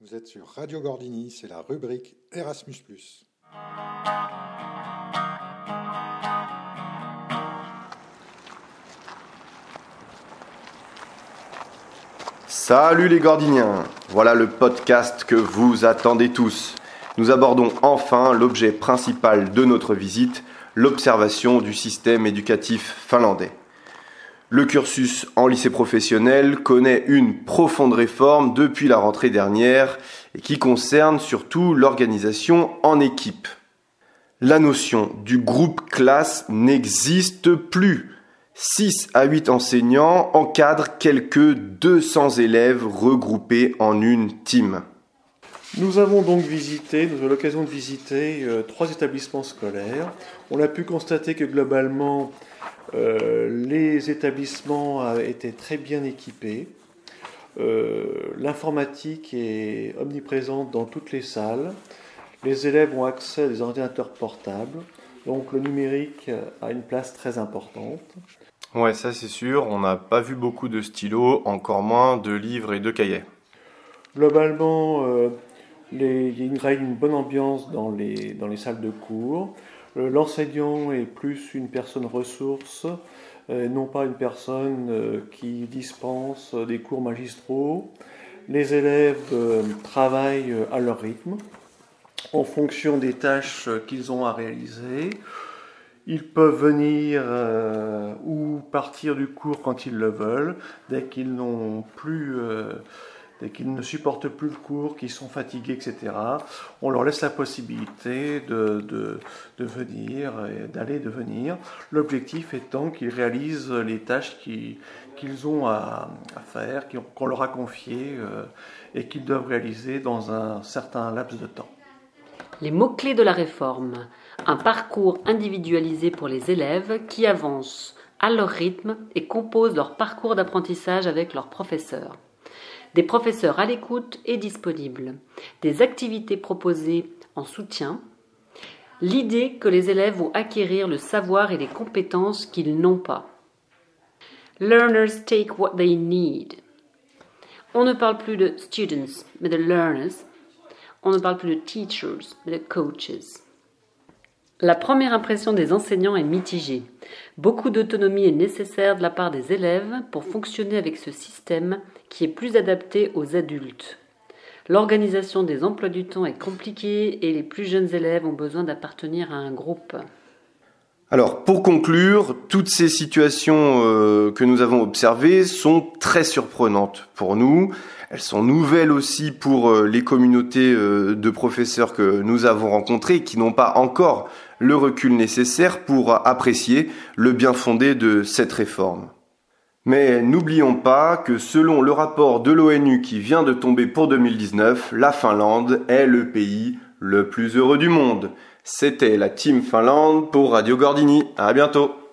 Vous êtes sur Radio Gordini, c'est la rubrique Erasmus+. Salut les Gordiniens, voilà le podcast que vous attendez tous. Nous abordons enfin l'objet principal de notre visite, l'observation du système éducatif finlandais. Le cursus en lycée professionnel connaît une profonde réforme depuis la rentrée dernière et qui concerne surtout l'organisation en équipe. La notion du groupe classe n'existe plus. 6 à 8 enseignants encadrent quelques 200 élèves regroupés en une team. Nous avons eu l'occasion de visiter 3 établissements scolaires. On a pu constater que globalement, les établissements étaient très bien équipés. L'informatique est omniprésente dans toutes les salles. Les élèves ont accès à des ordinateurs portables. Donc le numérique a une place très importante. Ouais, ça c'est sûr. On n'a pas vu beaucoup de stylos, encore moins de livres et de cahiers. Globalement, il y a une bonne ambiance dans les salles de cours. L'enseignant est plus une personne ressource, non pas une personne qui dispense des cours magistraux. Les élèves travaillent à leur rythme, en fonction des tâches qu'ils ont à réaliser. Ils peuvent venir ou partir du cours quand ils le veulent, dès qu'ils ne supportent plus le cours, qu'ils sont fatigués, etc. On leur laisse la possibilité de venir, d'aller de venir. L'objectif étant qu'ils réalisent les tâches qu'ils ont à faire, qu'on leur a confiées et qu'ils doivent réaliser dans un certain laps de temps. Les mots-clés de la réforme. Un parcours individualisé pour les élèves qui avancent à leur rythme et composent leur parcours d'apprentissage avec leurs professeurs. Des professeurs à l'écoute et disponibles. Des activités proposées en soutien. L'idée que les élèves vont acquérir le savoir et les compétences qu'ils n'ont pas. Learners take what they need. On ne parle plus de students, mais de learners. On ne parle plus de teachers, mais de coaches. La première impression des enseignants est mitigée. Beaucoup d'autonomie est nécessaire de la part des élèves pour fonctionner avec ce système qui est plus adapté aux adultes. L'organisation des emplois du temps est compliquée et les plus jeunes élèves ont besoin d'appartenir à un groupe. Alors, pour conclure, toutes ces situations que nous avons observées sont très surprenantes pour nous. Elles sont nouvelles aussi pour les communautés de professeurs que nous avons rencontrés et qui n'ont pas encore le recul nécessaire pour apprécier le bien fondé de cette réforme. Mais n'oublions pas que selon le rapport de l'ONU qui vient de tomber pour 2019, la Finlande est le pays le plus heureux du monde. C'était la Team Finlande pour Radio Gordini. À bientôt.